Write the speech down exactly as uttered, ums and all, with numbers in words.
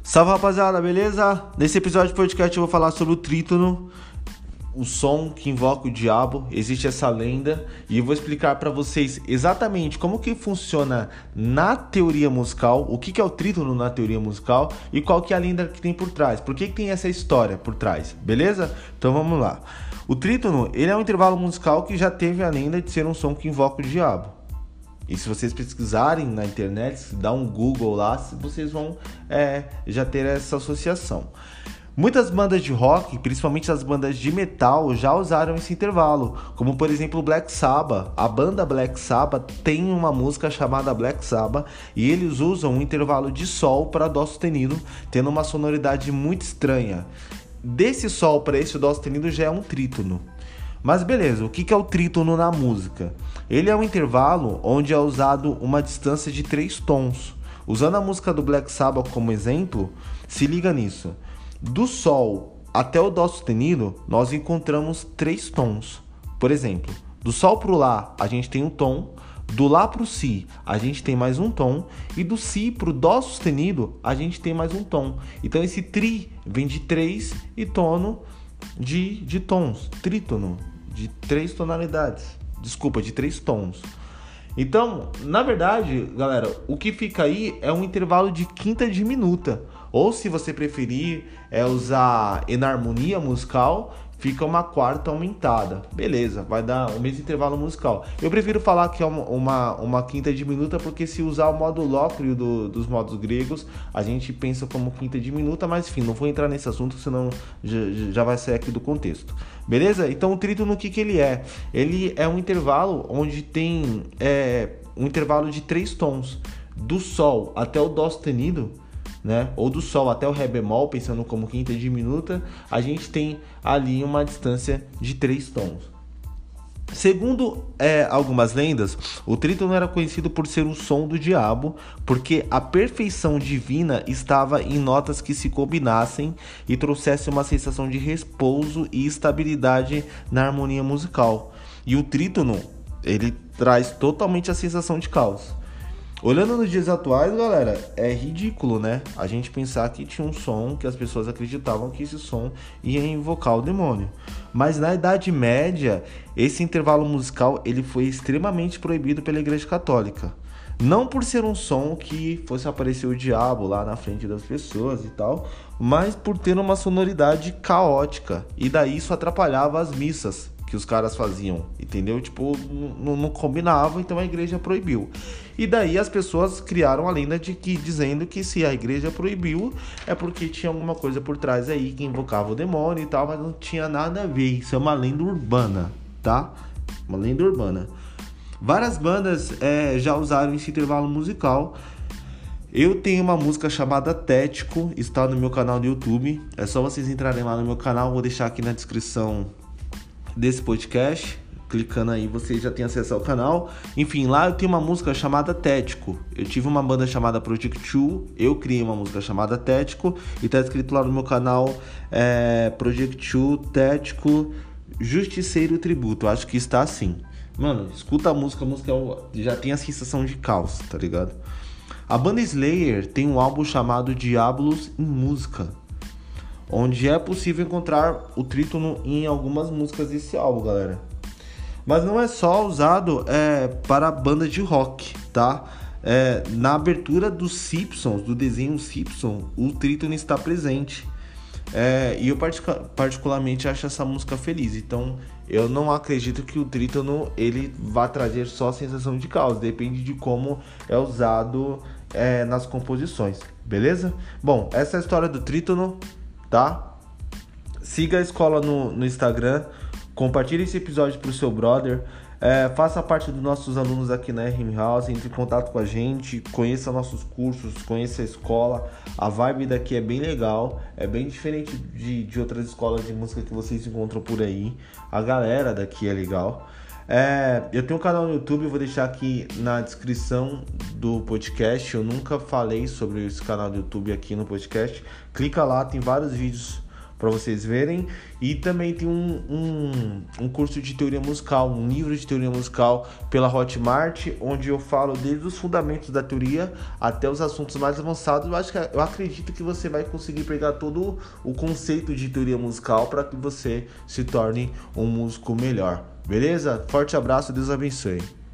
Salve, rapaziada, beleza? Nesse episódio de podcast eu vou falar sobre o trítono, o som que invoca o diabo. Existe essa lenda e eu vou explicar para vocês exatamente como que funciona na teoria musical, o que que é o trítono na teoria musical e qual que é a lenda que tem por trás, por que que tem essa história por trás, beleza? Então vamos lá. O trítono, ele é um intervalo musical que já teve a lenda de ser um som que invoca o diabo. E se vocês pesquisarem na internet, se dá um Google lá, vocês vão é, já ter essa associação. Muitas bandas de rock, principalmente as bandas de metal, já usaram esse intervalo, como por exemplo o Black Sabbath. A banda Black Sabbath tem uma música chamada Black Sabbath e eles usam um intervalo de sol para dó sustenido, tendo uma sonoridade muito estranha. Desse sol para esse dó sustenido já é um trítono. Mas beleza, o que é o trítono na música? Ele é um intervalo onde é usado uma distância de três tons. Usando a música do Black Sabbath como exemplo, se liga nisso. Do sol até o dó sustenido, nós encontramos três tons. Por exemplo, do sol para o lá, a gente tem um tom. Do lá para o si, a gente tem mais um tom. E do si para o dó sustenido, a gente tem mais um tom. Então esse tri vem de três e tono de, de tons. Trítono, de três tonalidades. Desculpa, de três tons. Então, na verdade, galera, o que fica aí é um intervalo de quinta diminuta. Ou, se você preferir é usar enarmonia musical, fica uma quarta aumentada. Beleza, vai dar o mesmo intervalo musical. Eu prefiro falar que é uma, uma, uma quinta diminuta, porque se usar o modo lócreo do, dos modos gregos, a gente pensa como quinta diminuta, mas enfim, não vou entrar nesse assunto, senão já, já vai sair aqui do contexto. Beleza? Então o trítono, o que, que ele é? Ele é um intervalo onde tem é, um intervalo de três tons. Do sol até o dó sustenido, né? Ou do sol até o ré bemol, pensando como quinta diminuta, a gente tem ali uma distância de três tons. Segundo é, algumas lendas, o trítono era conhecido por ser o som do diabo, porque a perfeição divina estava em notas que se combinassem e trouxessem uma sensação de repouso e estabilidade na harmonia musical. E o trítono, ele traz totalmente a sensação de caos. Olhando nos dias atuais, galera, é ridículo, né? A gente pensar que tinha um som que as pessoas acreditavam que esse som ia invocar o demônio. Mas na Idade Média, esse intervalo musical ele foi extremamente proibido pela Igreja Católica. Não por ser um som que fosse aparecer o diabo lá na frente das pessoas e tal, mas por ter uma sonoridade caótica. E daí isso atrapalhava as missas que os caras faziam, entendeu? Tipo, não, não combinava, então a igreja proibiu. E daí as pessoas criaram a lenda de que, dizendo que se a igreja proibiu, é porque tinha alguma coisa por trás aí que invocava o demônio e tal, mas não tinha nada a ver. Isso é uma lenda urbana, tá? Uma lenda urbana. Várias bandas é, já usaram esse intervalo musical. Eu tenho uma música chamada Tético, está no meu canal do YouTube. É só vocês entrarem lá no meu canal, vou deixar aqui na descrição desse podcast, clicando aí você já tem acesso ao canal. Enfim, lá eu tenho uma música chamada Tético. Eu tive uma banda chamada Project dois, eu criei uma música chamada Tético e tá escrito lá no meu canal é, Project dois, Tético, Justiceiro Tributo. Eu acho que está assim. Mano, escuta a música, a música já tem a sensação de caos, tá ligado? A banda Slayer tem um álbum chamado Diabolos em Música, onde é possível encontrar o trítono em algumas músicas desse álbum, galera. Mas não é só usado é, para banda de rock, tá? É, na abertura dos Simpsons, do desenho Simpson, o trítono está presente. É, e eu particularmente acho essa música feliz. Então eu não acredito que o trítono ele vá trazer só a sensação de caos. Depende de como é usado é, nas composições, beleza? Bom, essa é a história do trítono, tá? Siga a escola no, no Instagram, compartilhe esse episódio pro seu brother, é, faça parte dos nossos alunos aqui na R M House, entre em contato com a gente, conheça nossos cursos, conheça a escola. A vibe daqui é bem legal, é bem diferente de, de outras escolas de música que vocês encontram por aí. A galera daqui é legal. É, eu tenho um canal no YouTube, vou deixar aqui na descrição do podcast. Eu nunca falei sobre esse canal do YouTube aqui no podcast. Clica lá, tem vários vídeos para vocês verem. E também tem um, um, um curso de teoria musical, um livro de teoria musical pela Hotmart, onde eu falo desde os fundamentos da teoria até os assuntos mais avançados. Eu, acho que, eu acredito que você vai conseguir pegar todo o conceito de teoria musical para que você se torne um músico melhor. Beleza? Forte abraço, Deus abençoe.